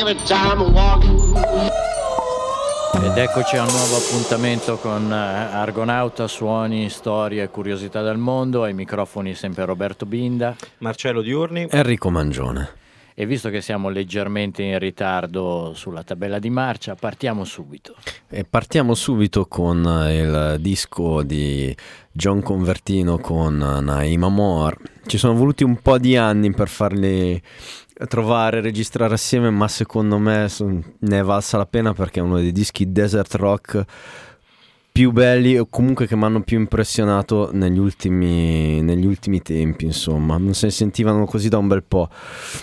every time I walk. Ed eccoci a un nuovo appuntamento con Argonauta, suoni, storie e curiosità del mondo. Ai microfoni sempre Roberto Binda, Marcello Diurni, Enrico Mangione. e visto che siamo leggermente in ritardo sulla tabella di marcia, partiamo subito. E partiamo subito con il disco di John Convertino con Naima Amor. Ci sono voluti un po' di anni per farli trovare, registrare assieme, ma secondo me ne è valsa la pena, perché è uno dei dischi desert rock più belli, o comunque che mi hanno più impressionato negli ultimi tempi, insomma. Non se ne sentivano così da un bel po'.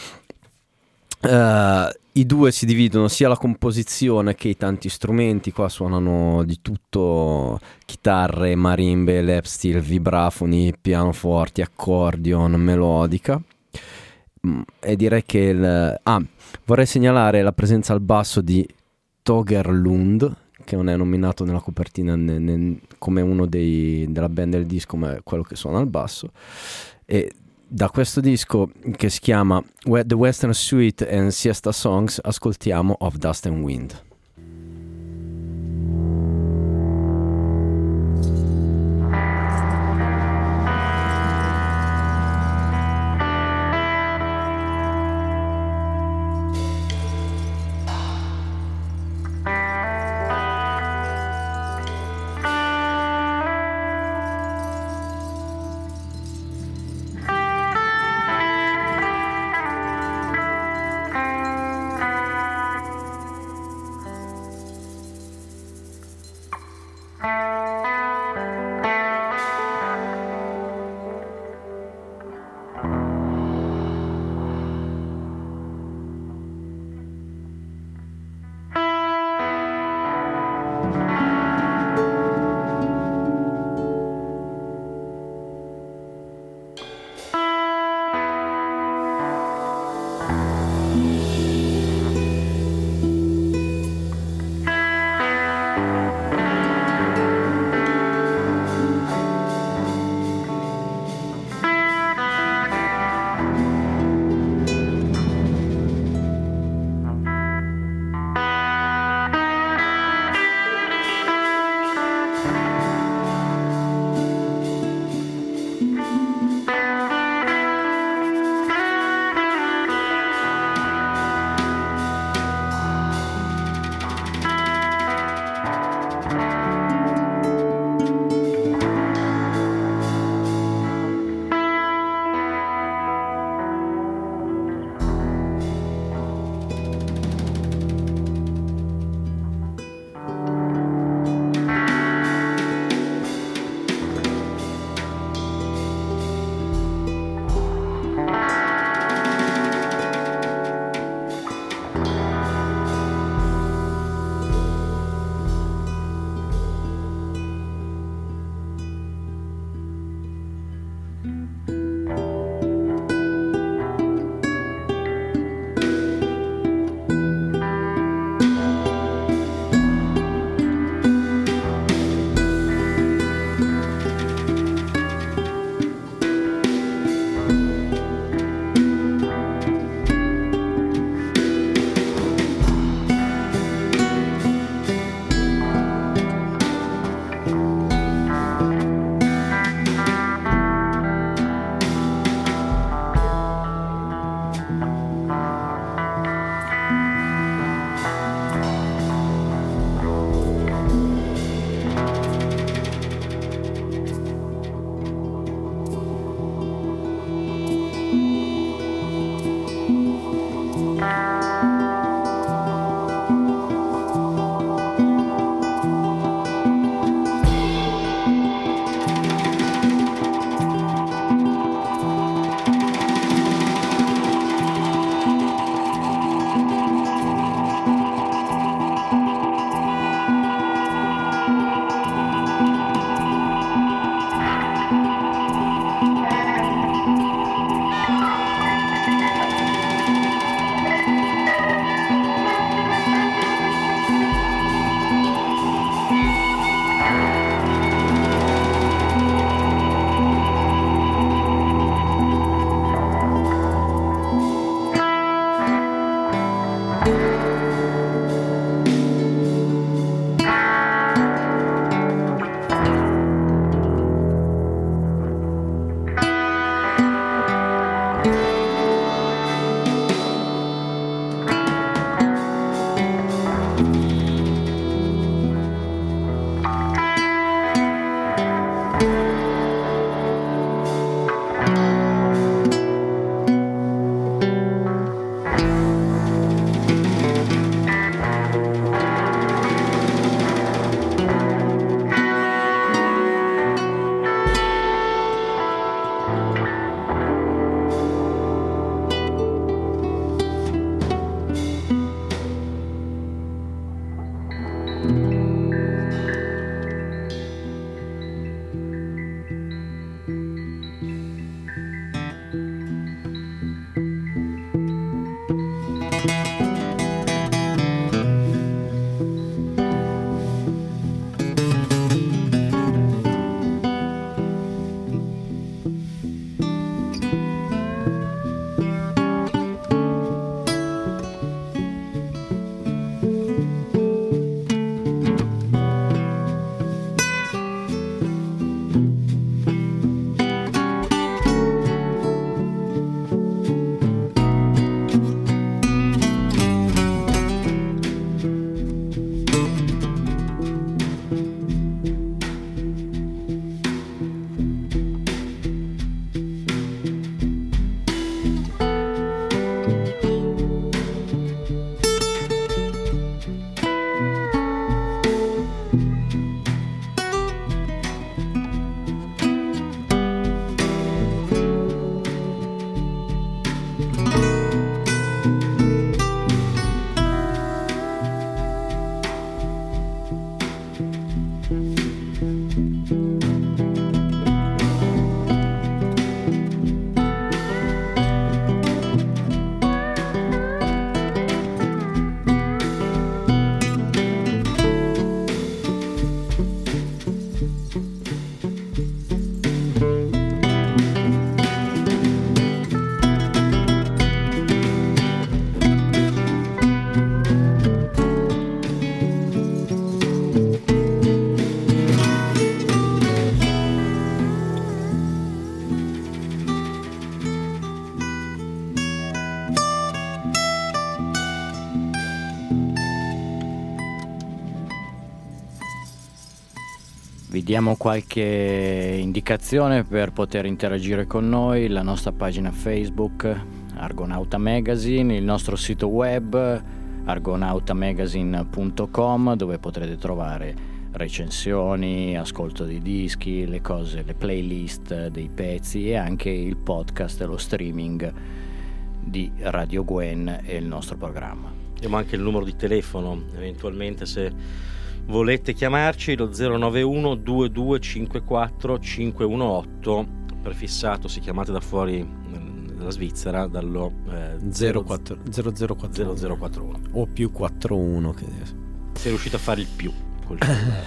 I due si dividono sia la composizione che i tanti strumenti. Qua suonano di tutto: chitarre, marimbe, lap steel, vibrafoni, pianoforti, accordion, melodica. E direi che vorrei segnalare la presenza al basso di Toger Lund, che non è nominato nella copertina come uno della band del disco, ma è quello che suona al basso. E da questo disco, che si chiama The Western Suite and Siesta Songs, ascoltiamo Of Dust and Wind. Vi diamo qualche indicazione per poter interagire con noi: la nostra pagina Facebook Argonauta Magazine, il nostro sito web argonautamagazine.com, dove potrete trovare recensioni, ascolto di dischi, le cose, le playlist dei pezzi e anche il podcast e lo streaming di Radio Gwen e il nostro programma. Abbiamo anche il numero di telefono, eventualmente se volete chiamarci, lo 091 2254 518, prefissato se chiamate da fuori dalla Svizzera dallo 0041 o più 41 che sei riuscito a fare il più col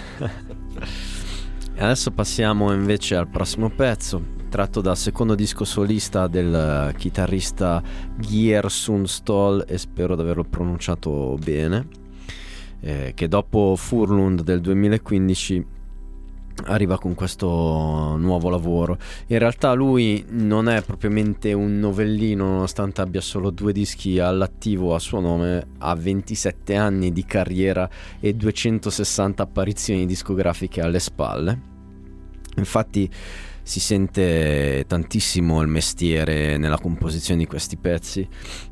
E adesso passiamo invece al prossimo pezzo, tratto dal secondo disco solista del chitarrista Geir Sundstål, e spero di averlo pronunciato bene, che dopo Furlund del 2015 arriva con questo nuovo lavoro. In realtà lui non è propriamente un novellino, nonostante abbia solo 2 dischi all'attivo a suo nome, ha 27 anni di carriera e 260 apparizioni discografiche alle spalle. Infatti si sente tantissimo il mestiere nella composizione di questi pezzi,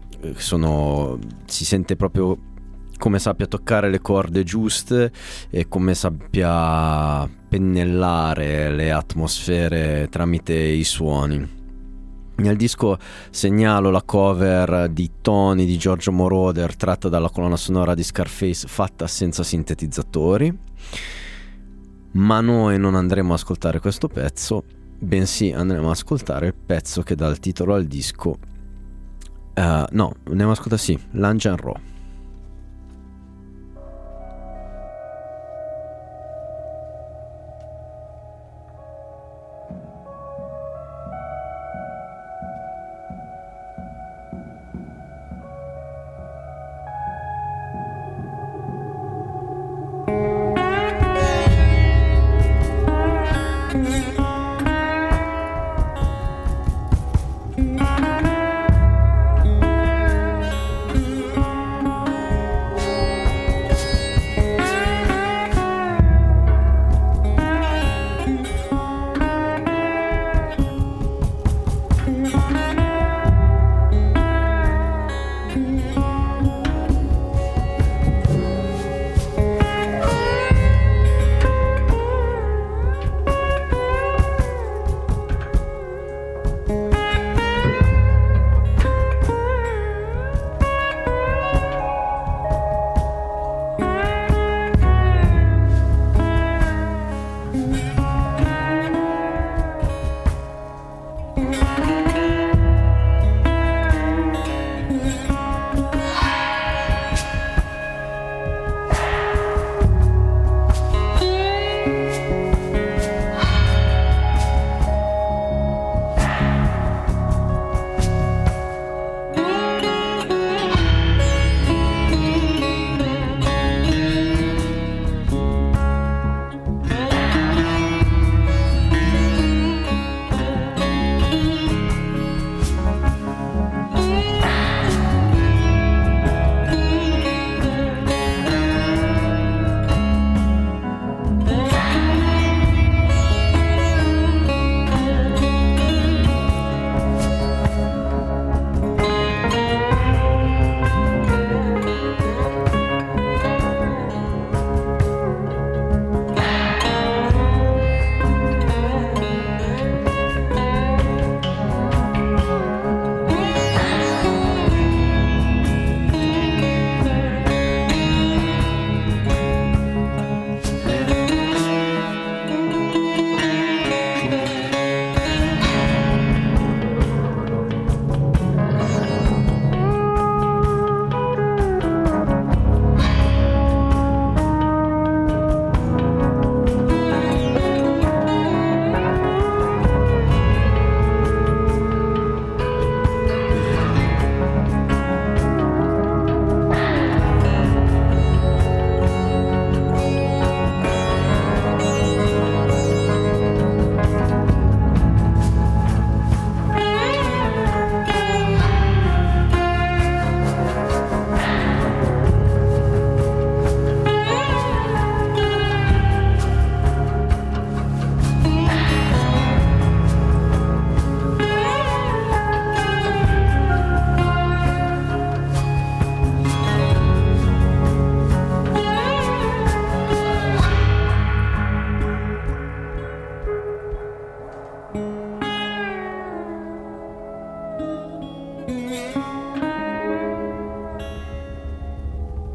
si sente proprio come sappia toccare le corde giuste e come sappia pennellare le atmosfere tramite i suoni. Nel disco segnalo la cover di Tony di Giorgio Moroder, tratta dalla colonna sonora di Scarface, fatta senza sintetizzatori. Ma noi non andremo ad ascoltare questo pezzo, bensì andremo ad ascoltare il pezzo che dà il titolo al disco. Andiamo ad ascoltare L'Anjan Ro.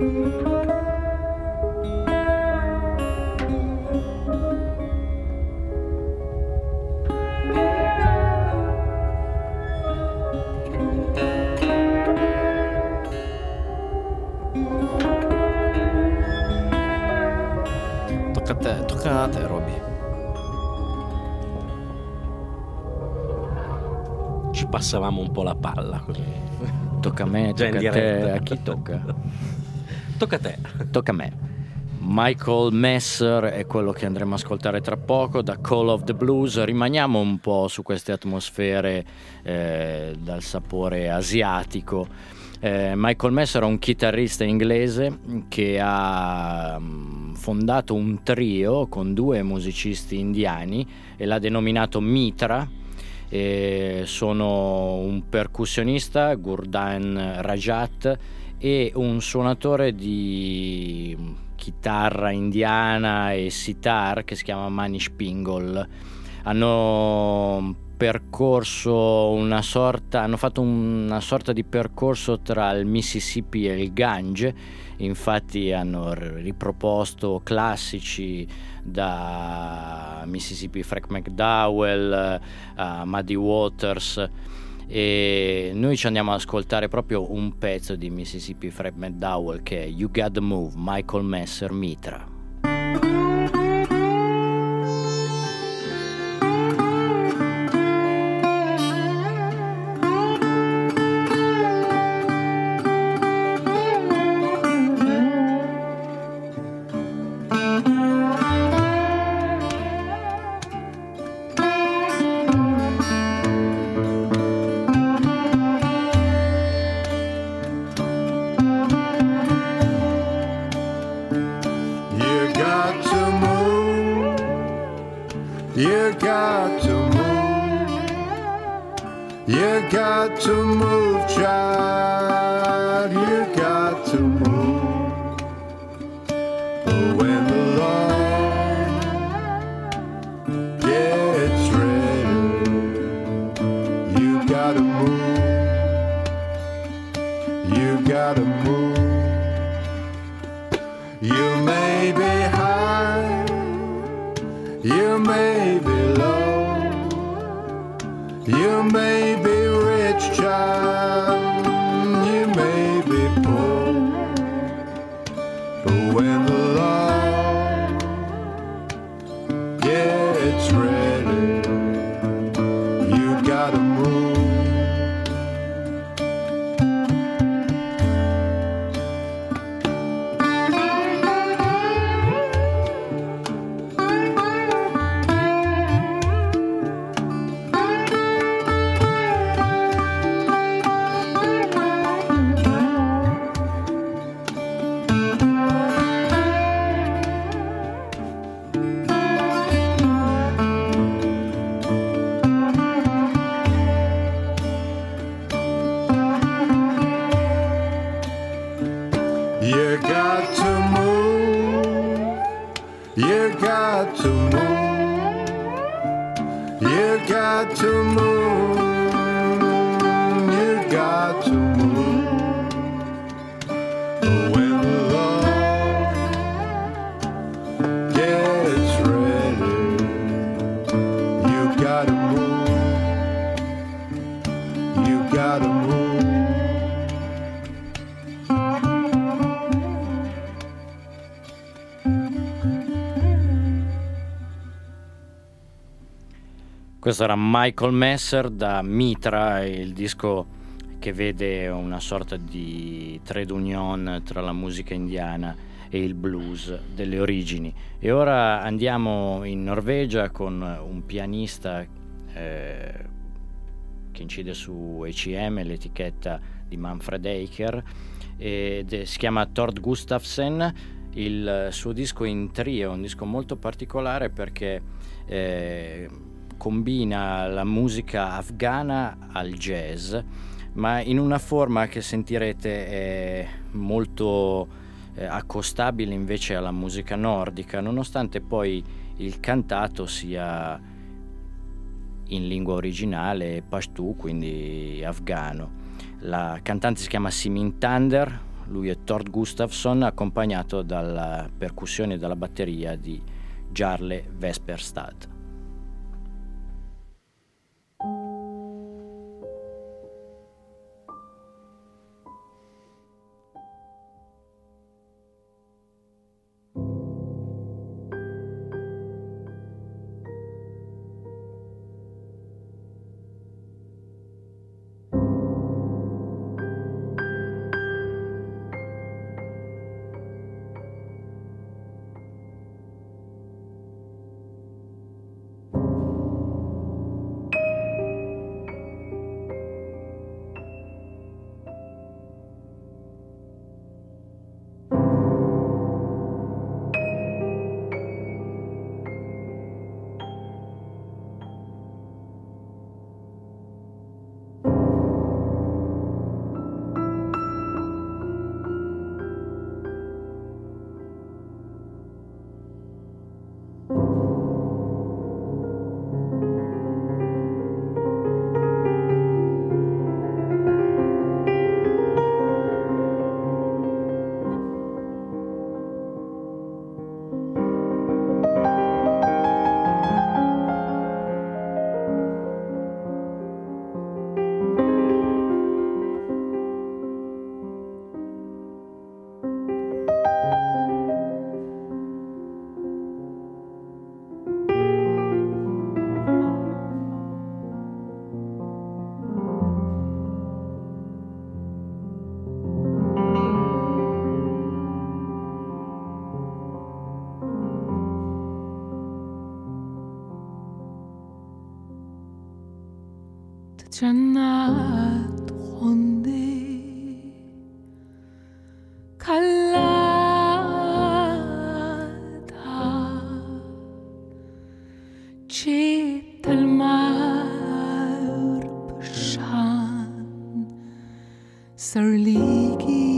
Tocca a te, Roby. Ci passavamo un po' la palla così. Tocca a me, Già in tocca a te. diretta. A chi tocca? Tocca a te. Tocca a me. Michael Messer è quello che andremo a ascoltare tra poco da Call of the Blues. Rimaniamo un po' su queste atmosfere dal sapore asiatico. Michael Messer è un chitarrista inglese che ha fondato un trio con 2 musicisti indiani e l'ha denominato Mitra. Sono un percussionista, Gurdan Rajat, e un suonatore di chitarra indiana e sitar che si chiama Manish Pingle. Hanno fatto una sorta di percorso tra il Mississippi e il Gange. Infatti hanno riproposto classici da Mississippi Frank McDowell a Muddy Waters, e noi ci andiamo ad ascoltare proprio un pezzo di Mississippi Frank McDowell che è You Got the Move, Michael Messer Mitra. You got to move. You got to move, child. You got to move. When the Lord gets ready, you gotta move. You gotta move. You may be high, you may be low, you may be rich, child, you may be poor, but when the Lord gets ready, you gotta move. You got to move, you got to move, you got to move, you got to move. When the Lord gets ready, you gotta move, you gotta move. Questo era Michael Messer da Mitra, il disco che vede una sorta di trade union tra la musica indiana e il blues delle origini. E ora andiamo in Norvegia con un pianista che incide su ECM, l'etichetta di Manfred Eicher, si chiama Tord Gustafsson. Il suo disco in trio è un disco molto particolare perché combina la musica afghana al jazz, ma in una forma che sentirete è molto accostabile invece alla musica nordica, nonostante poi il cantato sia in lingua originale Pashtu, quindi afghano. La cantante si chiama Simin Tander, Lui è Tord Gustafsson, accompagnato dalla percussione e dalla batteria di Jarle Vesperstad. جنت خونده کلتا چه تلمر بشن سرلیگی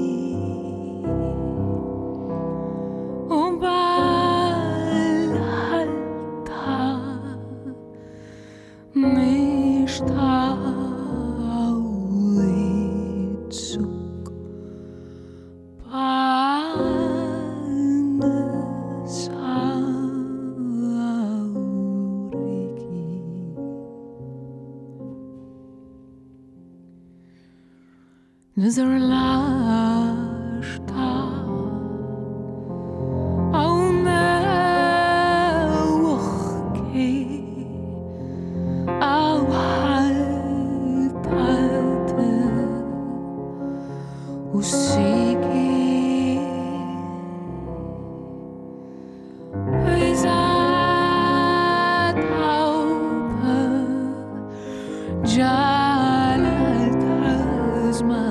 نظر لاشتا او نوخي او حلتت وسيكي بيزات عوبة جالت عزمة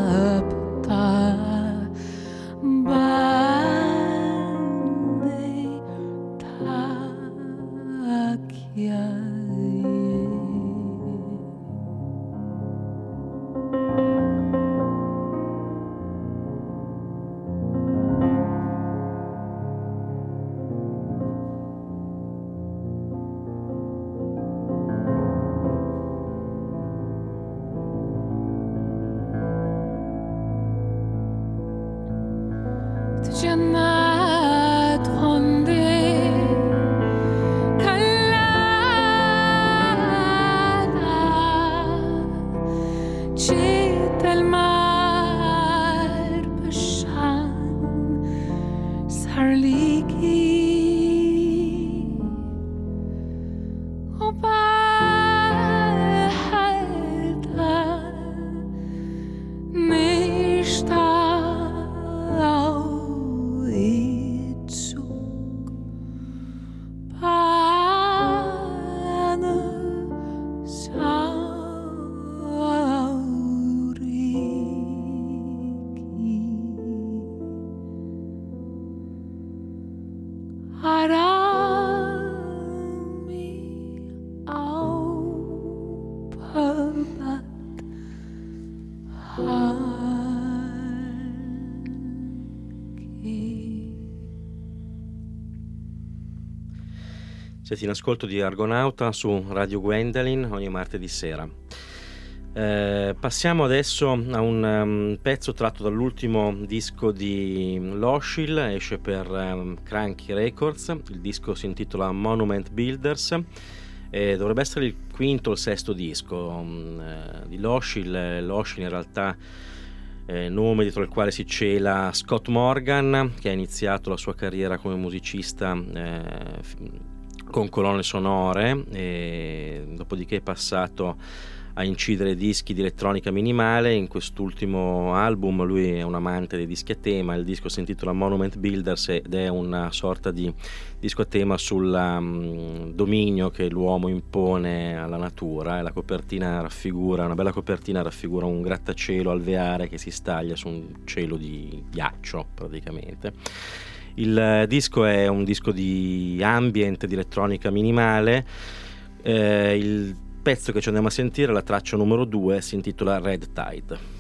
جنت خونده کلتا چه تلمر بشن سرلیگی و بحلتا نشتا Siete in ascolto di Argonauta su Radio Gwendolyn ogni martedì sera. Passiamo adesso a un pezzo tratto dall'ultimo disco di Loshil, esce per Cranky Records. Il disco si intitola Monument Builders e dovrebbe essere il quinto o il sesto disco di Loshil. Loshil in realtà nome dietro il quale si cela Scott Morgan, che ha iniziato la sua carriera come musicista con colonne sonore e dopodiché è passato a incidere dischi di elettronica minimale. In quest'ultimo album lui è un amante dei dischi a tema, il disco si intitola Monument Builders ed è una sorta di disco a tema sul dominio che l'uomo impone alla natura, e la copertina raffigura, una bella copertina raffigura un grattacielo alveare che si staglia su un cielo di ghiaccio praticamente. Il disco è un disco di ambient, di elettronica minimale. Il pezzo che ci andiamo a sentire, la traccia numero 2, si intitola Red Tide.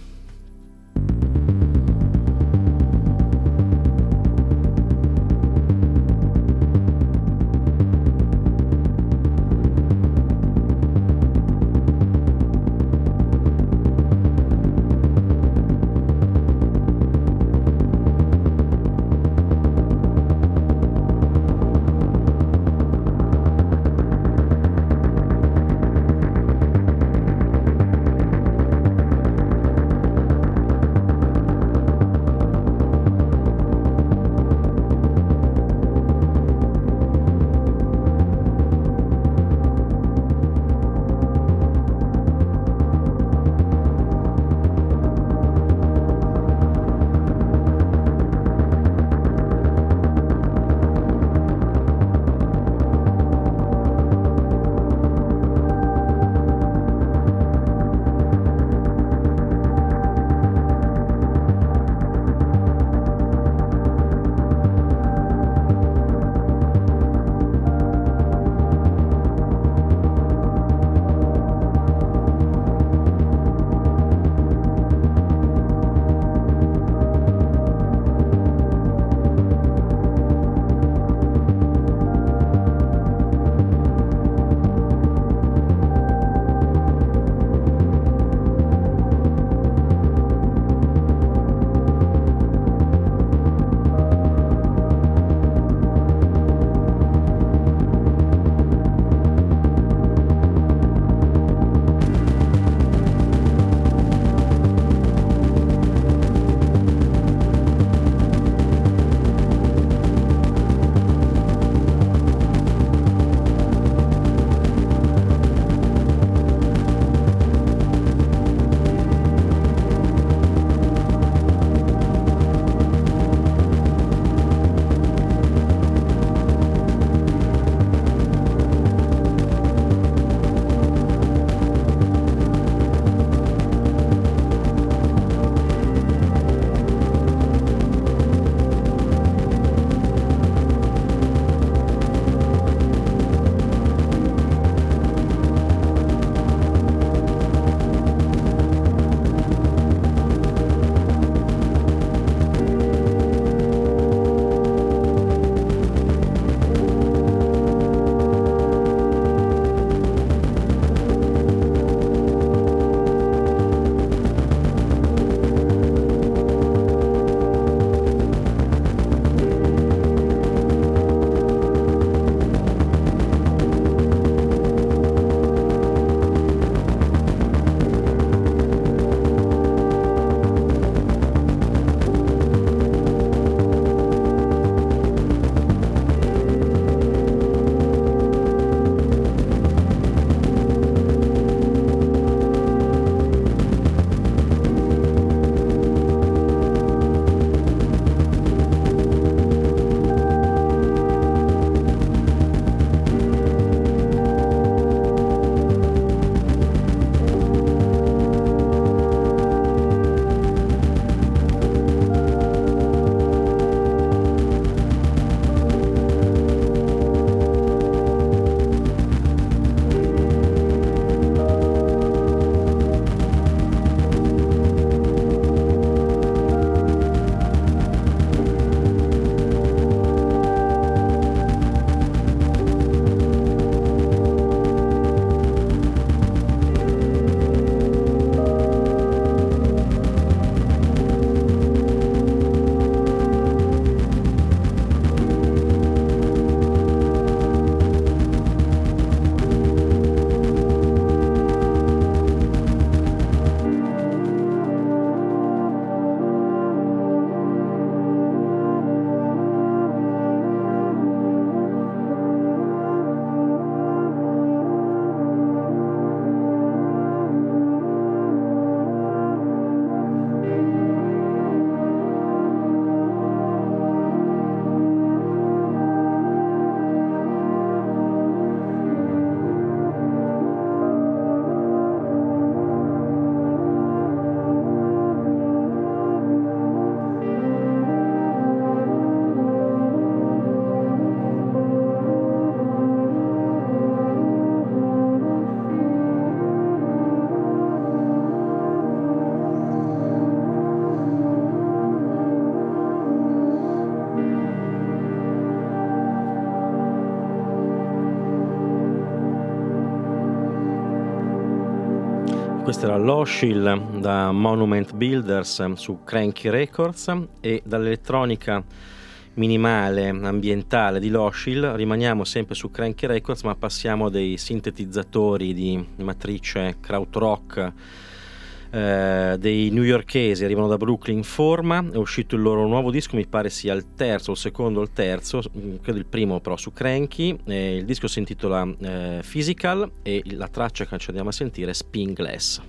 Questa era Loshil da Monument Builders su Cranky Records, e dall'elettronica minimale ambientale di Loshil rimaniamo sempre su Cranky Records, ma passiamo a dei sintetizzatori di matrice krautrock dei newyorkesi. Arrivano da Brooklyn. Forma, è uscito il loro nuovo disco, mi pare sia il terzo, il secondo o il terzo, credo il primo però, su Cranky. Il disco si intitola Physical, e la traccia che ci andiamo a sentire è Spin Glass.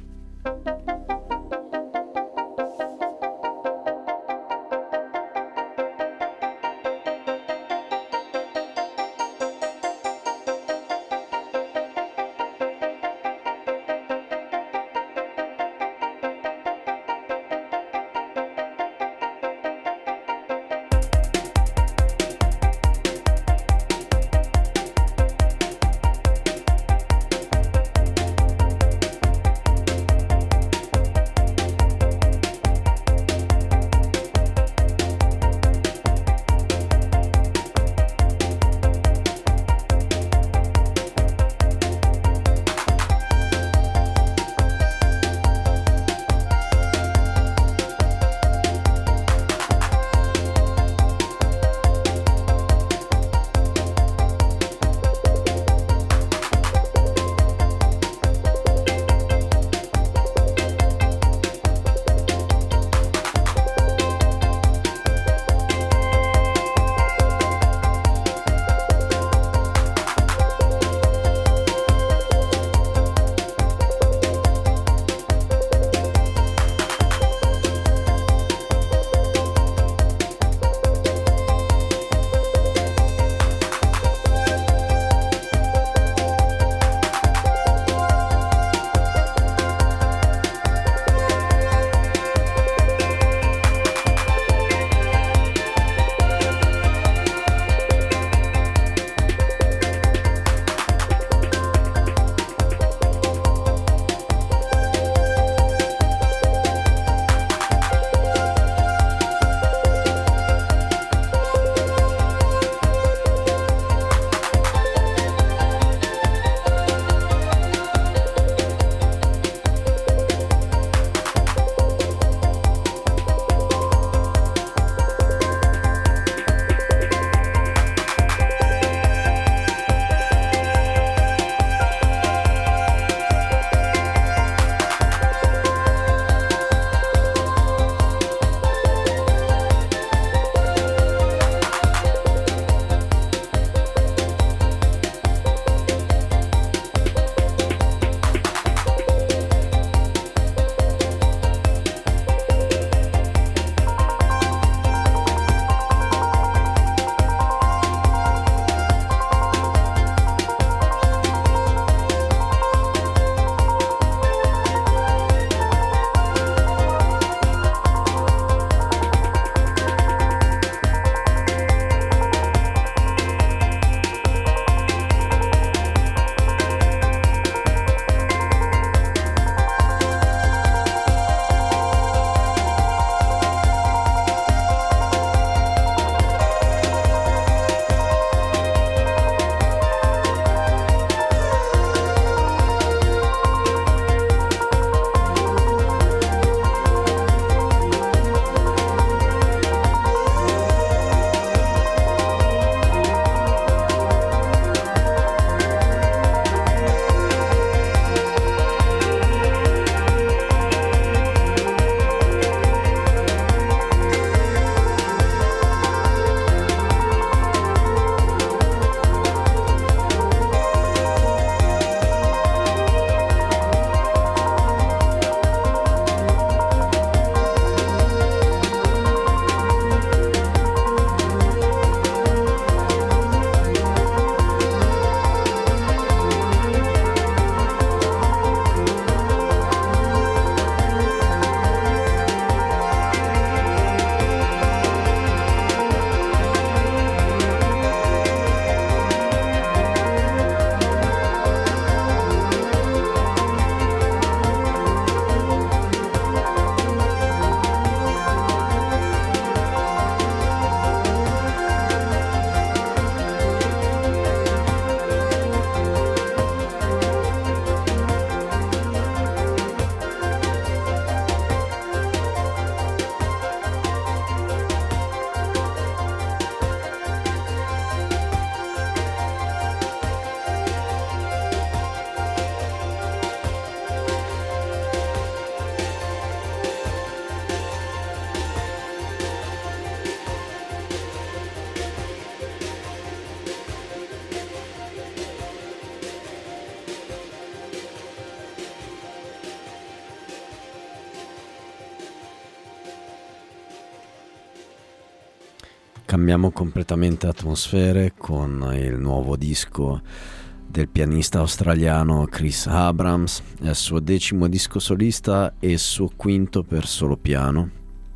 Cambiamo completamente atmosfere con il nuovo disco del pianista australiano Chris Abrams. È il suo 10° disco solista e il suo 5° per solo piano.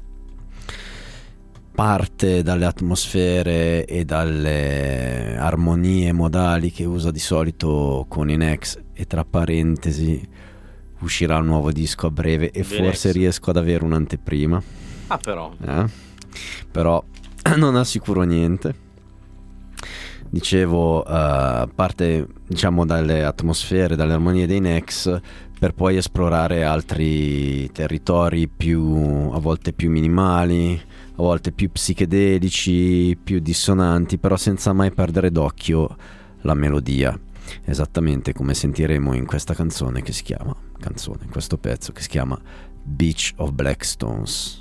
Parte dalle atmosfere e dalle armonie modali che usa di solito con i Nex, e tra parentesi uscirà un nuovo disco a breve e forse riesco ad avere un'anteprima. Ah, però non assicuro niente. Dicevo, parte diciamo dalle atmosfere, dalle armonie dei Nex, per poi esplorare altri territori a volte più minimali, a volte più psichedelici, più dissonanti, però senza mai perdere d'occhio la melodia, esattamente come sentiremo in questa in questo pezzo che si chiama Beach of Black Stones.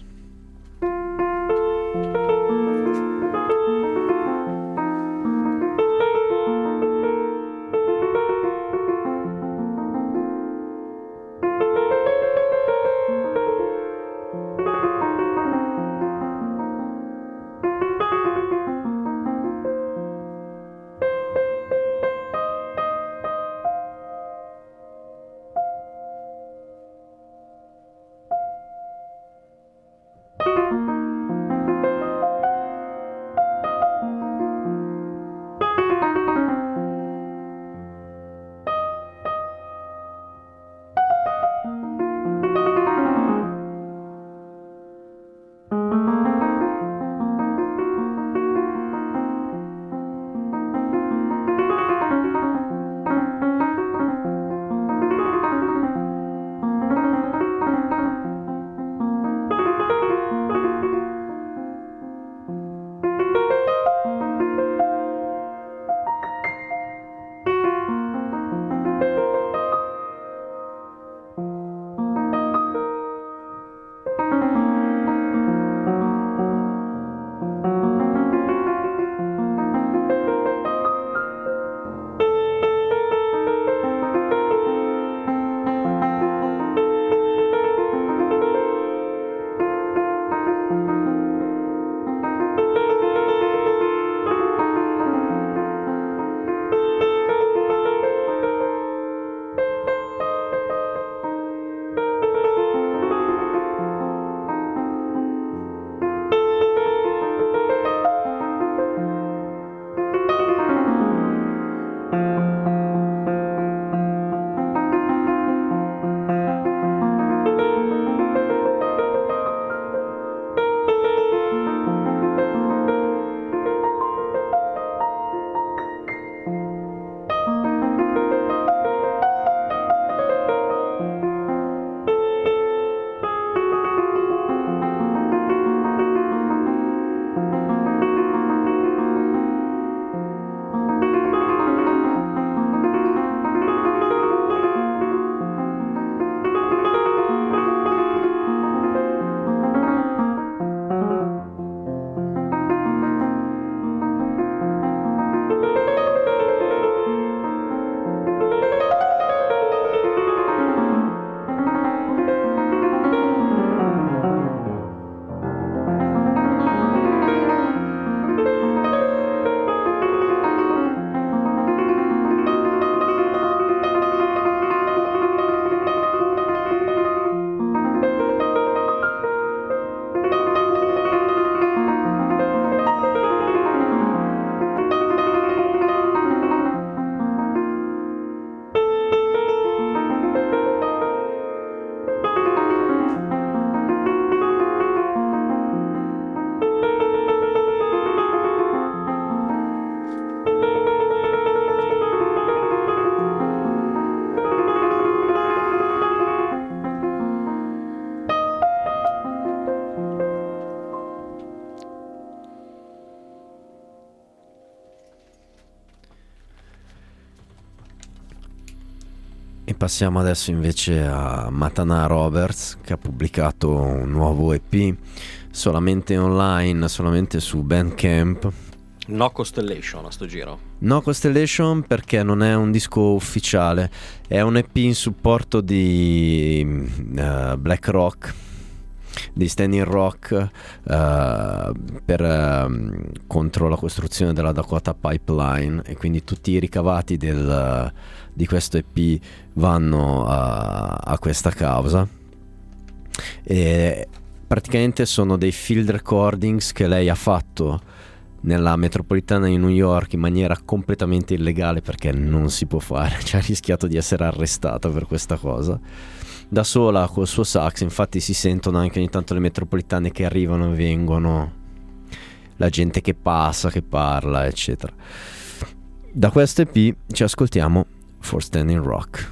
E passiamo adesso invece a Matana Roberts, che ha pubblicato un nuovo EP solamente online, solamente su Bandcamp. No Constellation a sto giro. No Constellation perché non è un disco ufficiale, è un EP in supporto di Black Rock, di Standing Rock contro la costruzione della Dakota Pipeline, e quindi tutti i ricavati di questo EP vanno a questa causa. E praticamente sono dei field recordings che lei ha fatto nella metropolitana di New York in maniera completamente illegale, perché non si può fare, cioè ha rischiato di essere arrestata per questa cosa, da sola col suo sax. Infatti si sentono anche ogni tanto le metropolitane che arrivano e vengono, la gente che passa, che parla, eccetera. Da questo EP ci ascoltiamo For Standing Rock.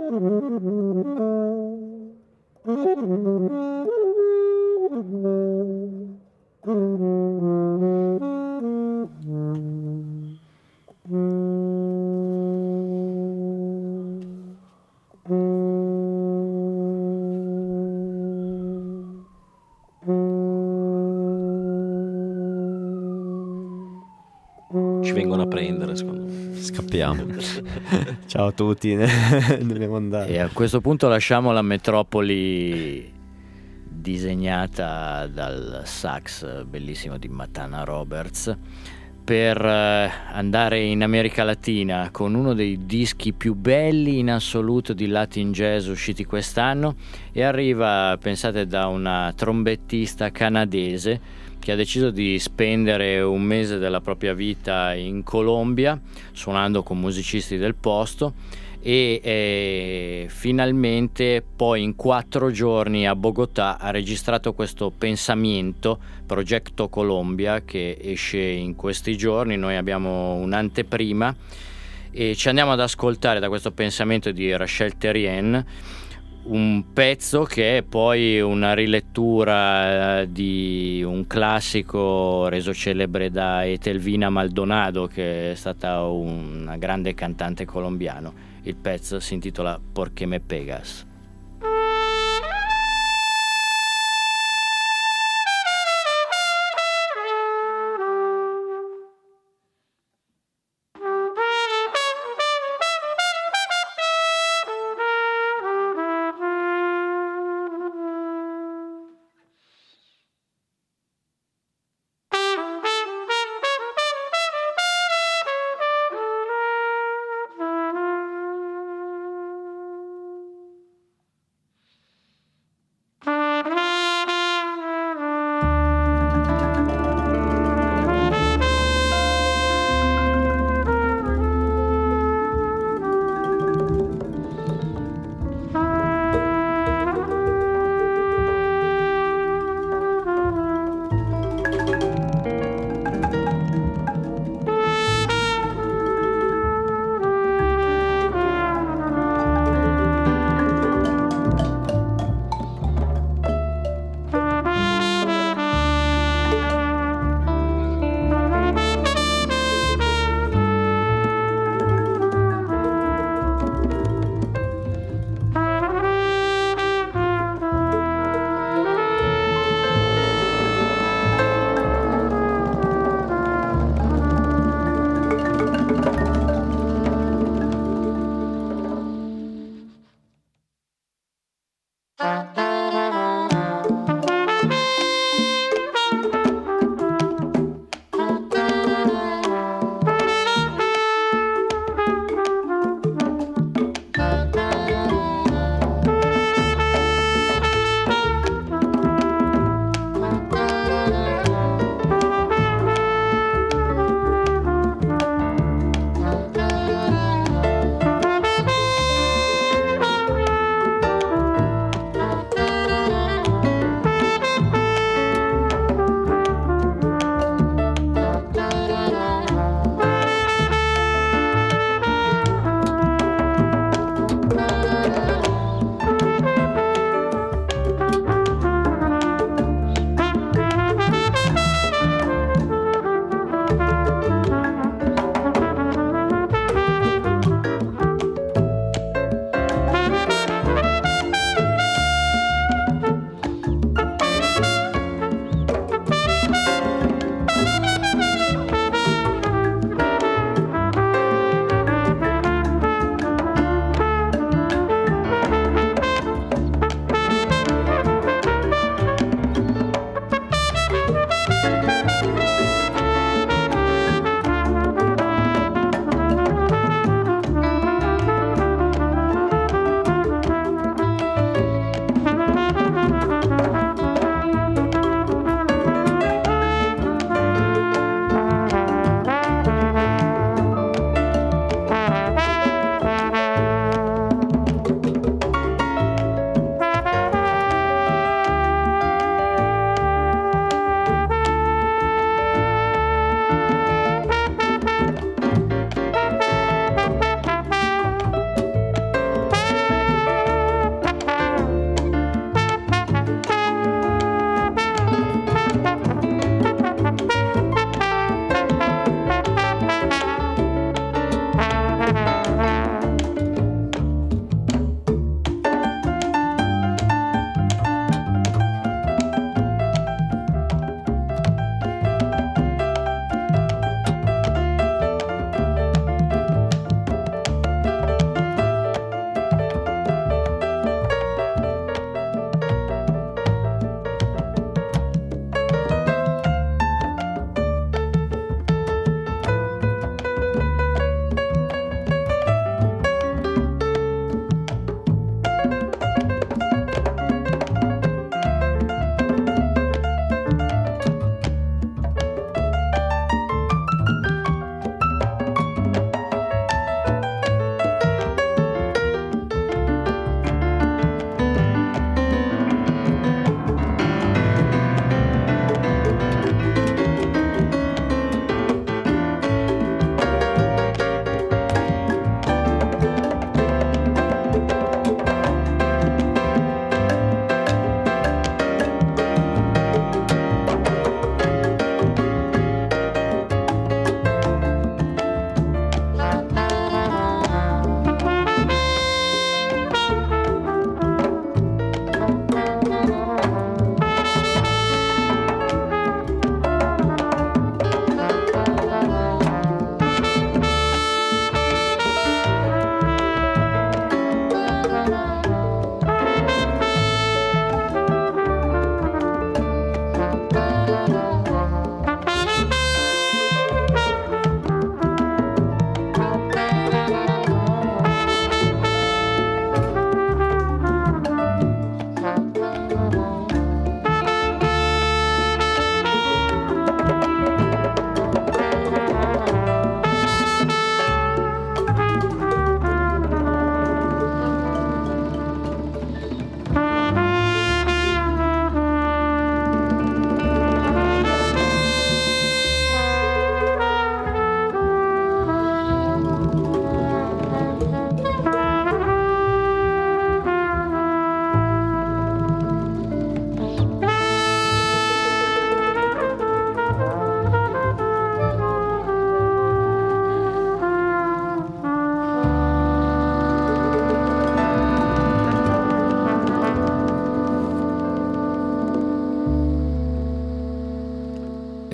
Ci vengono a prendere, secondo me. Scappiamo. Ciao a tutti, dobbiamo andare. E a questo punto lasciamo la metropoli disegnata dal sax bellissimo di Matana Roberts per andare in America Latina con uno dei dischi più belli in assoluto di Latin jazz usciti quest'anno, e arriva, pensate, da una trombettista canadese che ha deciso di spendere un mese della propria vita in Colombia suonando con musicisti del posto, e finalmente poi in 4 giorni a Bogotà ha registrato questo Pensamiento, Progetto Colombia, che esce in questi giorni. Noi abbiamo un'anteprima e ci andiamo ad ascoltare da questo Pensamiento di Rachel Terrien un pezzo che è poi una rilettura di un classico reso celebre da Etelvina Maldonado, che è stata una grande cantante colombiana. Il pezzo si intitola Porque me pegas.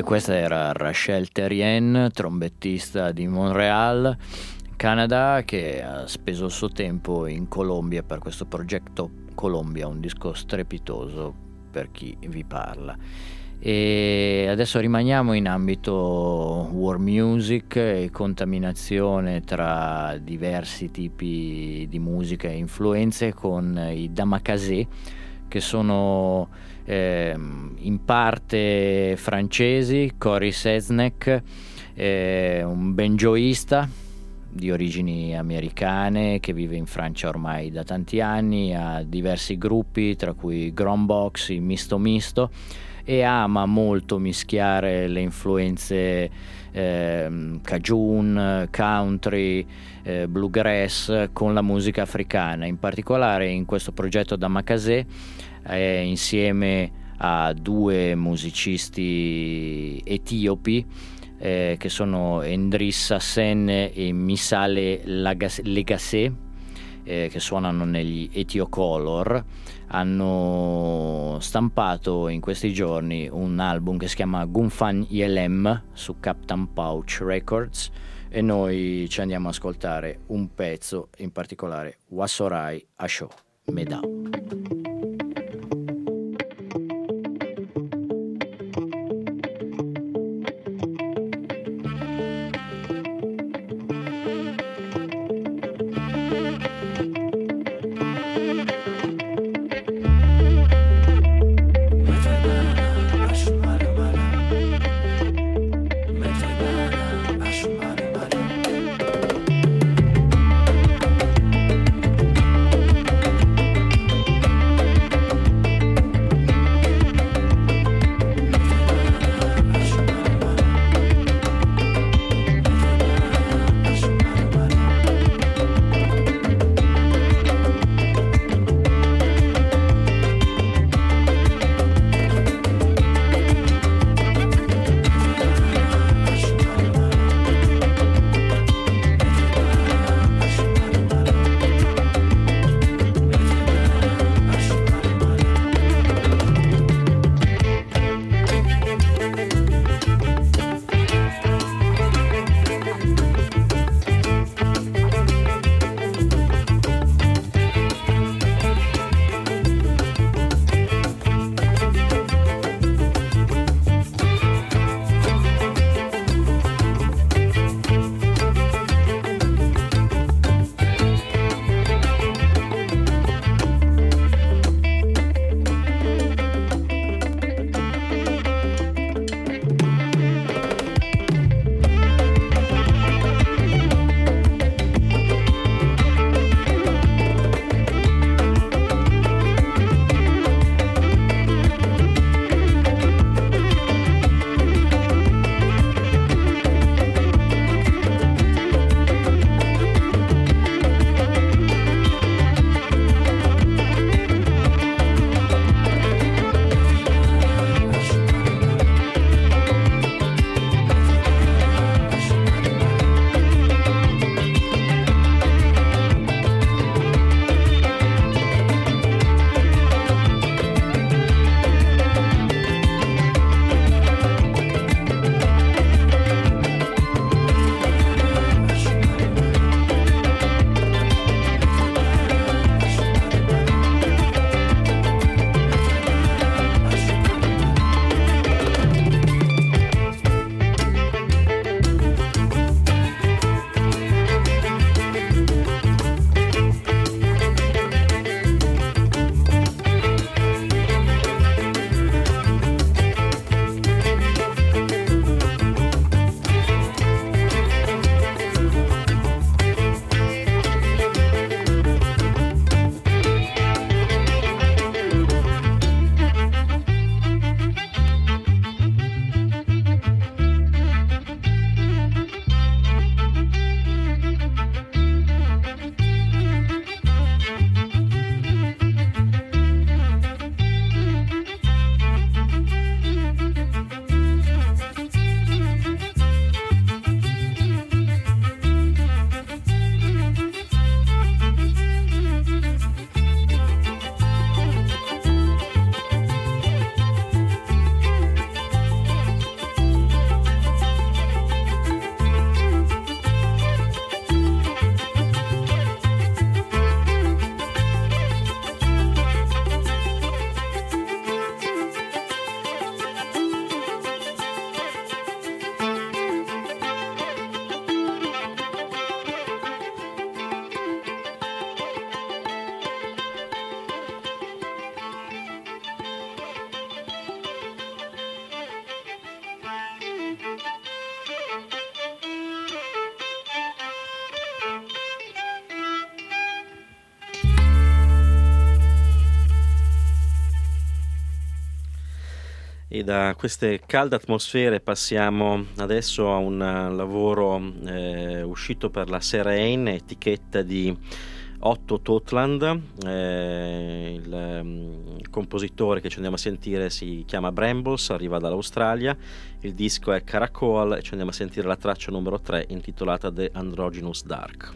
questa era Rachel Terrien, trombettista di Montréal, Canada, che ha speso il suo tempo in Colombia per questo progetto Colombia, un disco strepitoso per chi vi parla. E adesso rimaniamo in ambito world music e contaminazione tra diversi tipi di musica e influenze con i Damakazé, che sono in parte francesi. Cory Seznek, un banjoista di origini americane che vive in Francia ormai da tanti anni, ha diversi gruppi tra cui Grombox, il Misto Misto, e ama molto mischiare le influenze Cajun, country, bluegrass con la musica africana. In particolare in questo progetto Damakazé insieme a due musicisti etiopi che sono Endrissa Sen e Misale Legassé, che suonano negli Etiocolor. Hanno stampato in questi giorni un album che si chiama Gunfan Yelem su Captain Pouch Records, e noi ci andiamo a ascoltare un pezzo, in particolare Wassorai Asho Medao. E da queste calde atmosfere passiamo adesso a un lavoro uscito per la Serene, etichetta di Otto Totland. Il compositore che ci andiamo a sentire si chiama Brambles, arriva dall'Australia, il disco è Caracol e ci andiamo a sentire la traccia numero 3 intitolata The Androgynous Dark.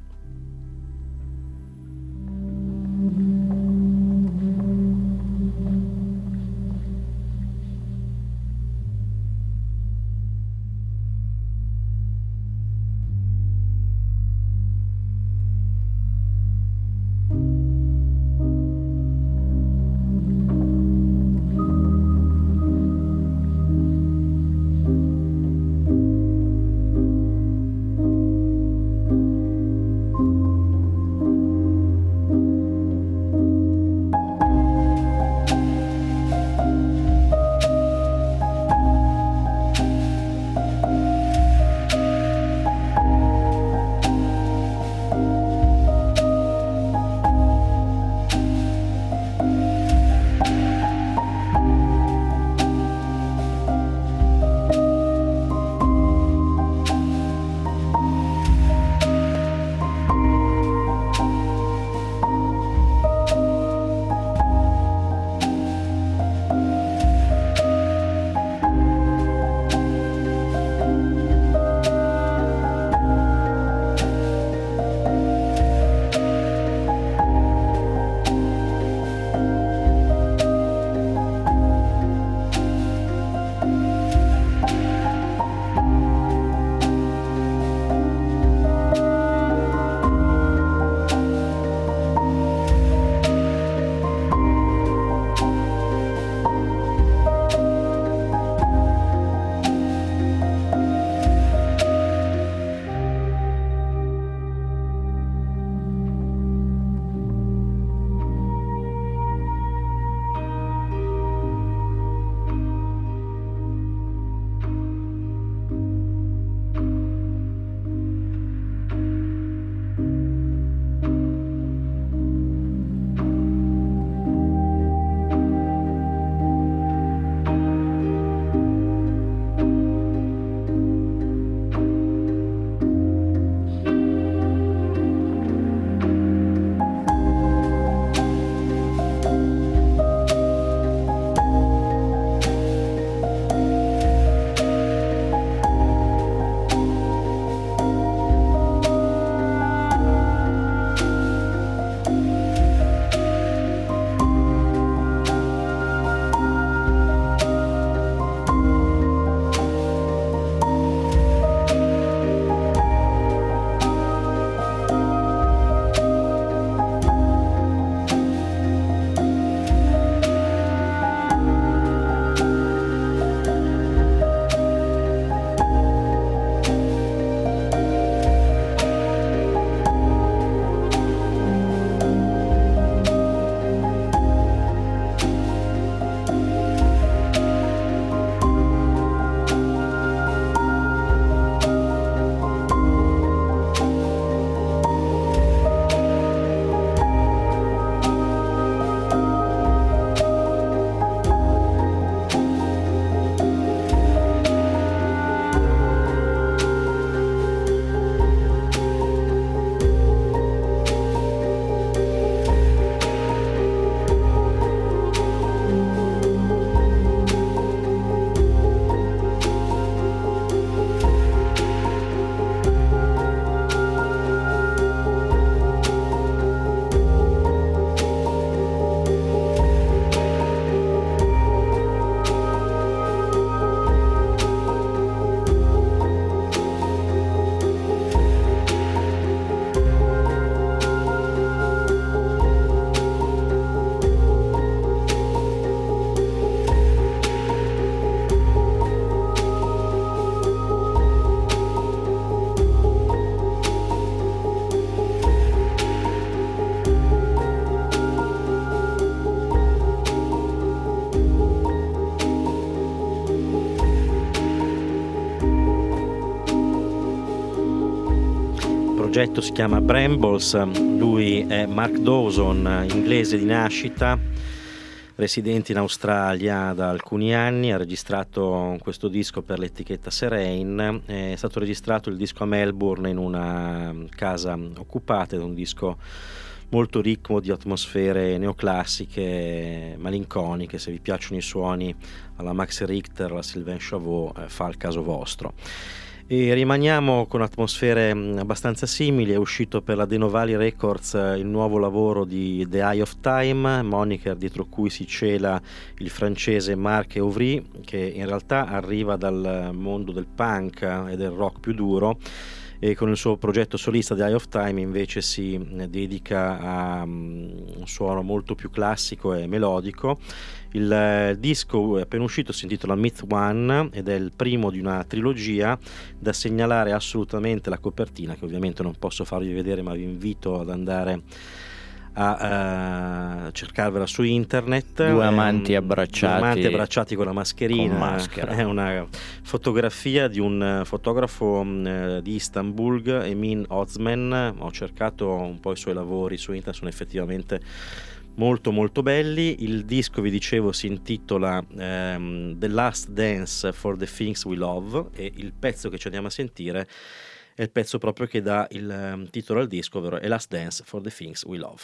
progetto si chiama Brambles, lui è Mark Dawson, inglese di nascita, residente in Australia da alcuni anni, ha registrato questo disco per l'etichetta Serene. È stato registrato il disco a Melbourne in una casa occupata, è un disco molto ricco di atmosfere neoclassiche, malinconiche. Se vi piacciono i suoni alla Max Richter, alla Sylvain Chavot, fa il caso vostro. E rimaniamo con atmosfere abbastanza simili. È uscito per la Denovali Records il nuovo lavoro di The Eye of Time, moniker dietro cui si cela il francese Marc Auvry, che in realtà arriva dal mondo del punk e del rock più duro, e con il suo progetto solista The Eye of Time invece si dedica a un suono molto più classico e melodico. Il disco è appena uscito, si intitola Myth One ed è il primo di una trilogia. Da segnalare assolutamente la copertina, che ovviamente non posso farvi vedere, ma vi invito ad andare a cercarvela su internet. Due amanti abbracciati con la mascherina, con maschera. È una fotografia di un fotografo di Istanbul, Emin Ozmen. Ho cercato un po' i suoi lavori su internet, sono effettivamente molto molto belli. Il disco, vi dicevo, si intitola The Last Dance for the Things We Love, e il pezzo che ci andiamo a sentire è il pezzo proprio che dà il titolo al disco, ovvero A Last Dance for the Things We Love.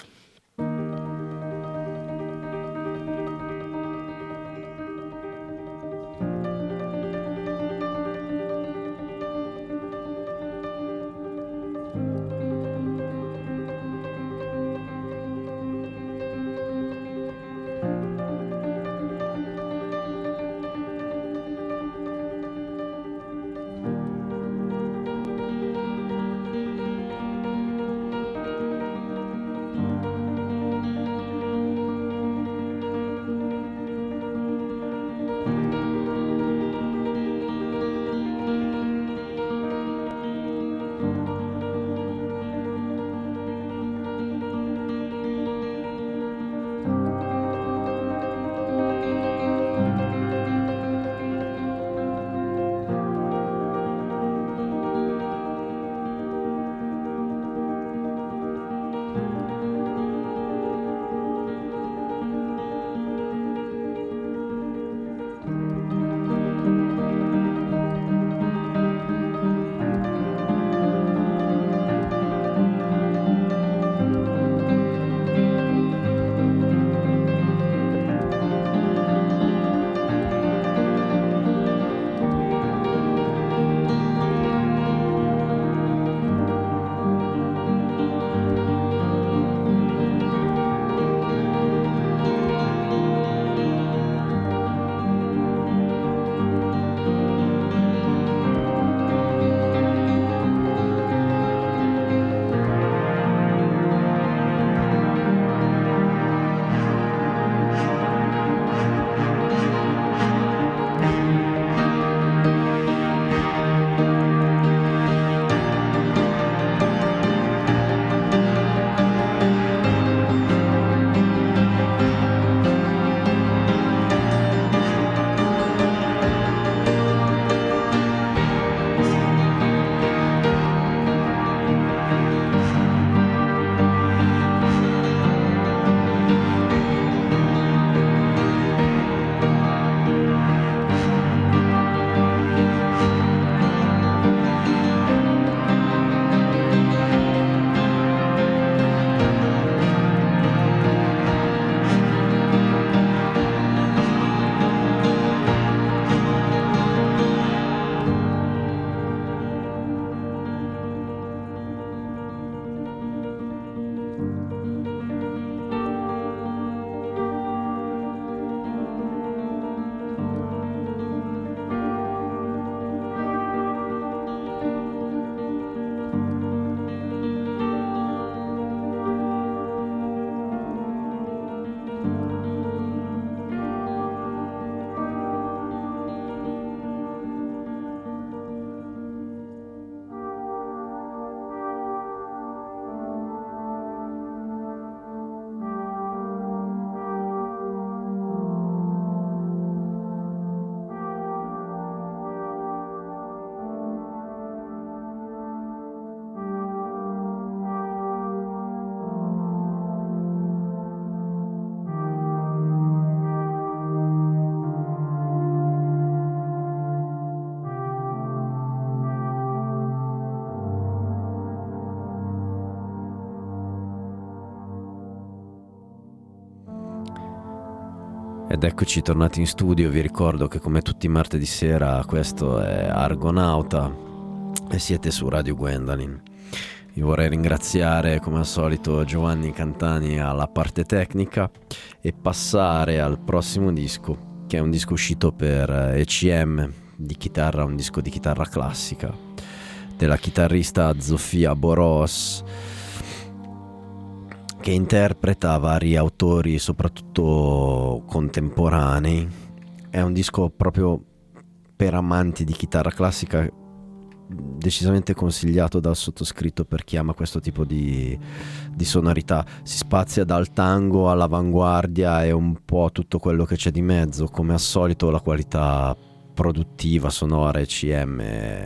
Ed eccoci tornati in studio. Vi ricordo che come tutti i martedì sera questo è Argonauta e siete su Radio Gwendolyn. Io vorrei ringraziare come al solito Giovanni Cantani alla parte tecnica e passare al prossimo disco, che è un disco uscito per ECM di chitarra, un disco di chitarra classica della chitarrista Zofia Boros, che interpreta vari autori soprattutto contemporanei. È un disco proprio per amanti di chitarra classica, decisamente consigliato dal sottoscritto per chi ama questo tipo di sonorità. Si spazia dal tango all'avanguardia e un po' tutto quello che c'è di mezzo. Come al solito la qualità produttiva sonora ECM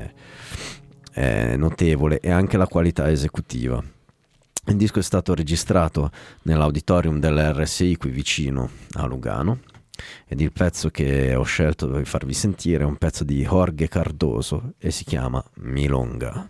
è notevole, e anche la qualità esecutiva. Il disco è stato registrato nell'auditorium dell'RSI qui vicino a Lugano, ed il pezzo che ho scelto per farvi sentire è un pezzo di Jorge Cardoso e si chiama Milonga.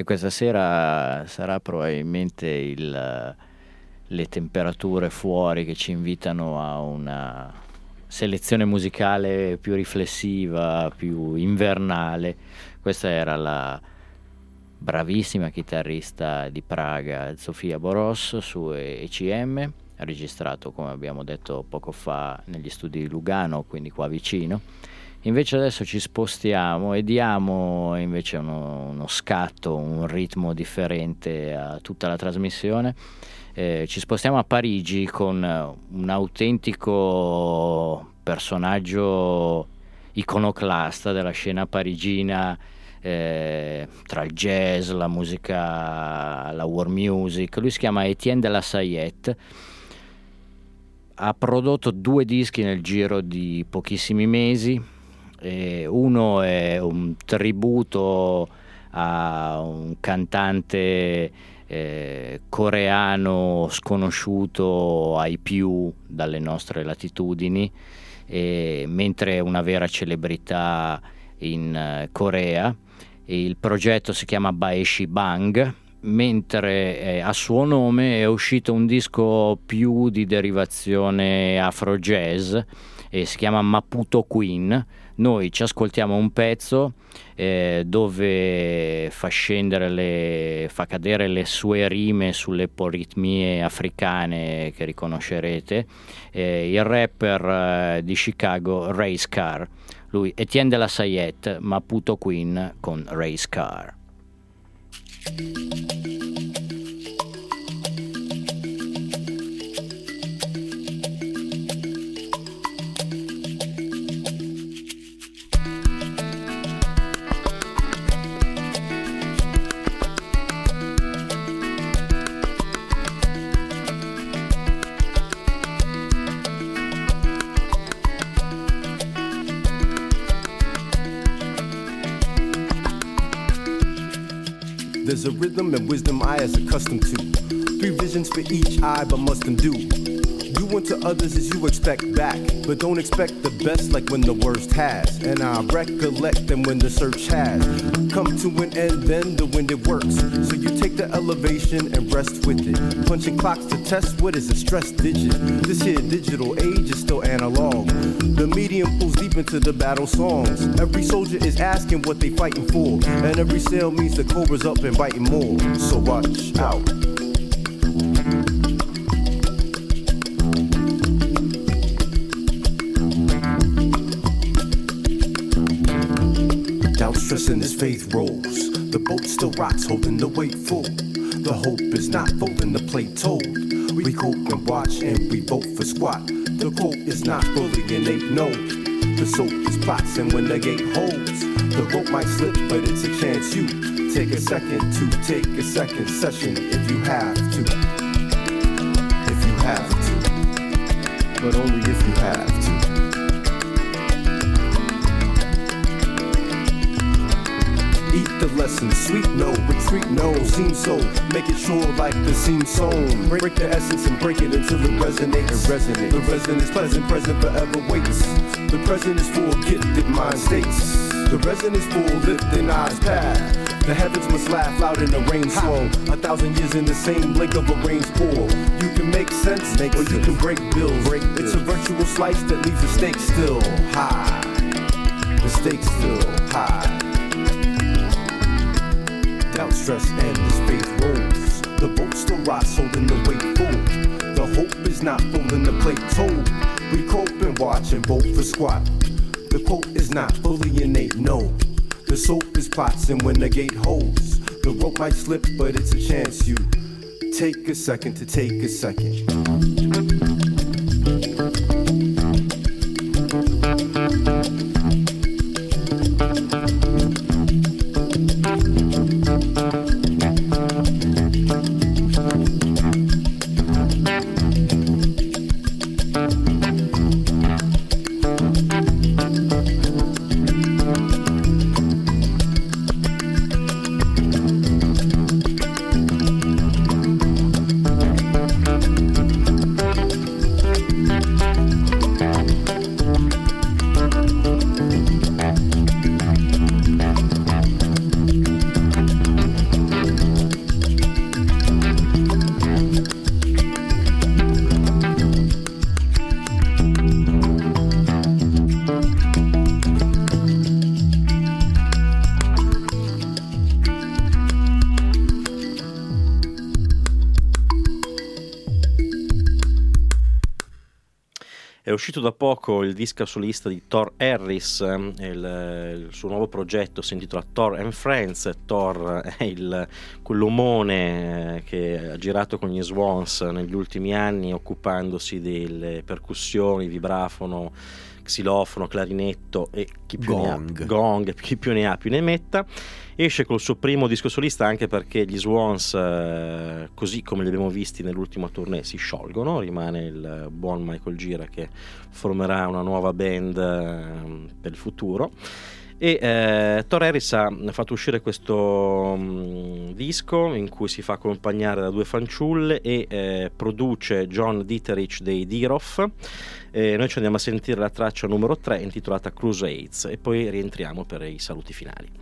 questa sera sarà probabilmente le temperature fuori che ci invitano a una selezione musicale più riflessiva, più invernale. Questa era la bravissima chitarrista di Praga Zofia Boros su ECM, registrato, come abbiamo detto poco fa, negli studi di Lugano, quindi qua vicino. Invece adesso ci spostiamo e diamo invece uno scatto, un ritmo differente a tutta la trasmissione. Ci spostiamo a Parigi con un autentico personaggio iconoclasta della scena parigina, tra il jazz, la musica, la world music. Lui si chiama Etienne de la Sayette, ha prodotto 2 dischi nel giro di pochissimi mesi. Uno è un tributo a un cantante coreano sconosciuto ai più dalle nostre latitudini, mentre è una vera celebrità in Corea. Il progetto si chiama Baeshi Bang, mentre a suo nome è uscito un disco più di derivazione afro jazz e si chiama Maputo Queen. Noi ci ascoltiamo un pezzo dove fa cadere le sue rime sulle politmie africane che riconoscerete. Il rapper di Chicago, Race Car. Lui, Etienne de la Sayette, Maputo Queen con Race Car. There's a rhythm and wisdom I is accustomed to. 3 visions for each eye, but must undo. Do unto others as you expect back, but don't expect the best like when the worst has. And I recollect them when the search has come to an end, then the wind it works. So you take the elevation and rest with it. Punching clocks to test what is a stress digit. This here digital age is still analog. The medium pulls deep into the battle songs. Every soldier is asking what they fighting for, and every sale means the cobra's up and biting more. So watch out. Stressing as faith rolls, the boat still rocks, holding the weight full. The hope is not folding the plate told. We cope and watch and we vote for squat. The quote is not fully innate, no. The soap is plots and when the gate holds, the rope might slip, but it's a chance you take a second to take a second session if you have to. If you have to, but only if you have to. Eat the lesson, sweet no, retreat no, seem so, make it sure like the seam sewn. Break the essence and break it until it resonates. The resonance pleasant, present forever waits. The present is for gifted mind states. The resonance full, lifting eyes path. The heavens must laugh loud in the rainstorm. 1,000 years in the same blink of a rain's pour. You can make sense, or you can break bills. It's a virtual slice that leaves the stakes still high. The stakes still high. Doubt, stress, and this faith rolls. The boat still rocks, holding the weight full. The hope is not folding the plate told. We cope and watch and vote for squat. The quote is not fully innate, no. The soap is plots and when the gate holds, the rope might slip, but it's a chance you take a second to take a second. uscito da poco il disco solista di Thor Harris, il suo nuovo progetto si intitola Thor and Friends. Thor è quell'omone che ha girato con gli Swans negli ultimi anni, occupandosi delle percussioni, vibrafono, xilofono, clarinetto e chi più gong, chi più ne ha più ne metta. Esce col suo primo disco solista, anche perché gli Swans, così come li abbiamo visti nell'ultimo tournée, si sciolgono. Rimane il buon Michael Gira che formerà una nuova band per il futuro. E Thor Harris ha fatto uscire questo disco in cui si fa accompagnare da 2 fanciulle e produce John Dieterich dei Diroff. Noi ci andiamo a sentire la traccia numero 3 intitolata Crusades e poi rientriamo per i saluti finali.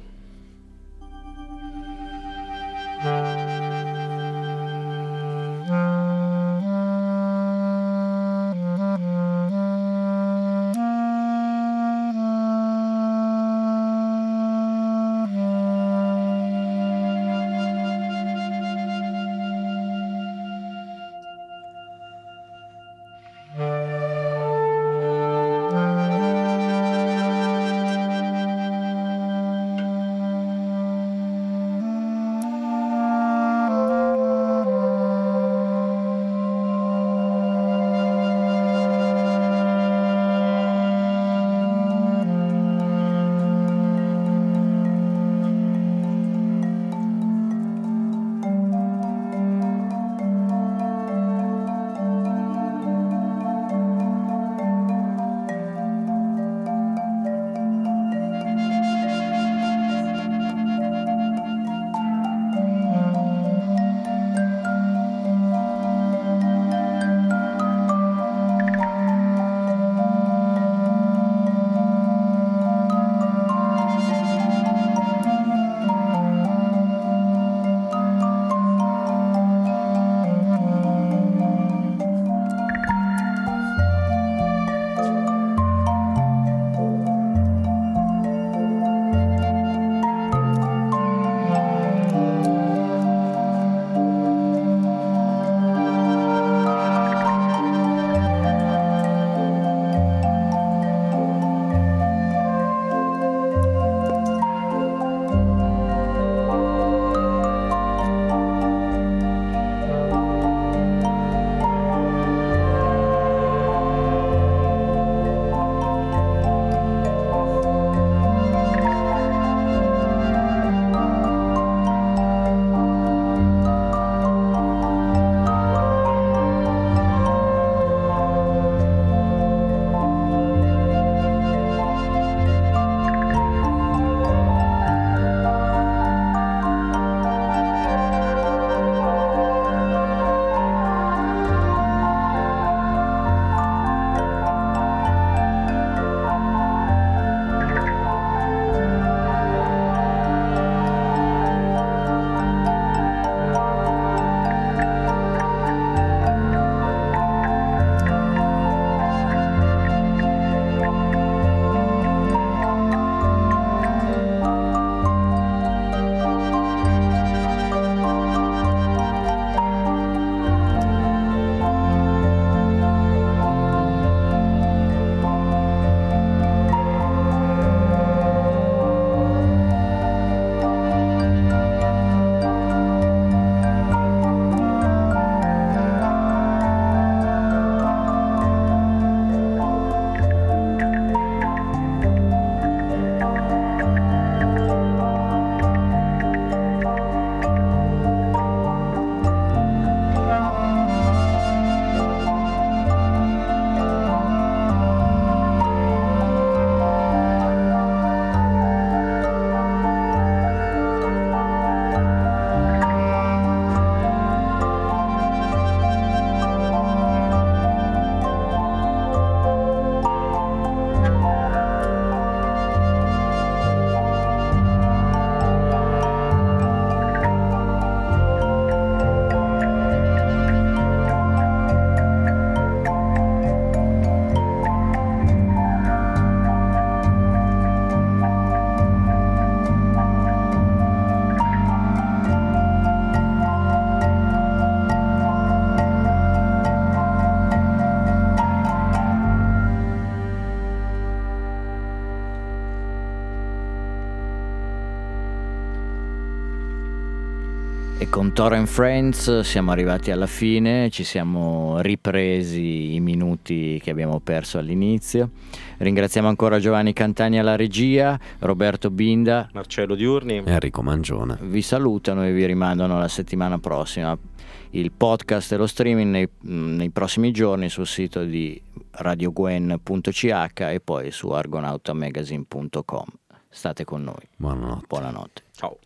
E con Toro and Friends siamo arrivati alla fine, ci siamo ripresi i minuti che abbiamo perso all'inizio. Ringraziamo ancora Giovanni Cantani alla regia, Roberto Binda, Marcello Diurni e Enrico Mangione. vi salutano e vi rimandano la settimana prossima. Il podcast e lo streaming nei prossimi giorni sul sito di radiogwen.ch e poi su argonautamagazine.com. State con noi. Buonanotte. Ciao.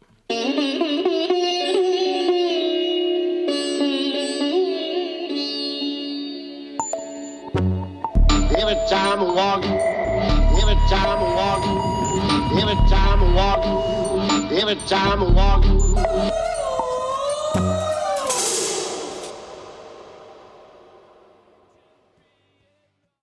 Every time I'm walking, every time I'm walking, every time I'm walking, every time I'm walking.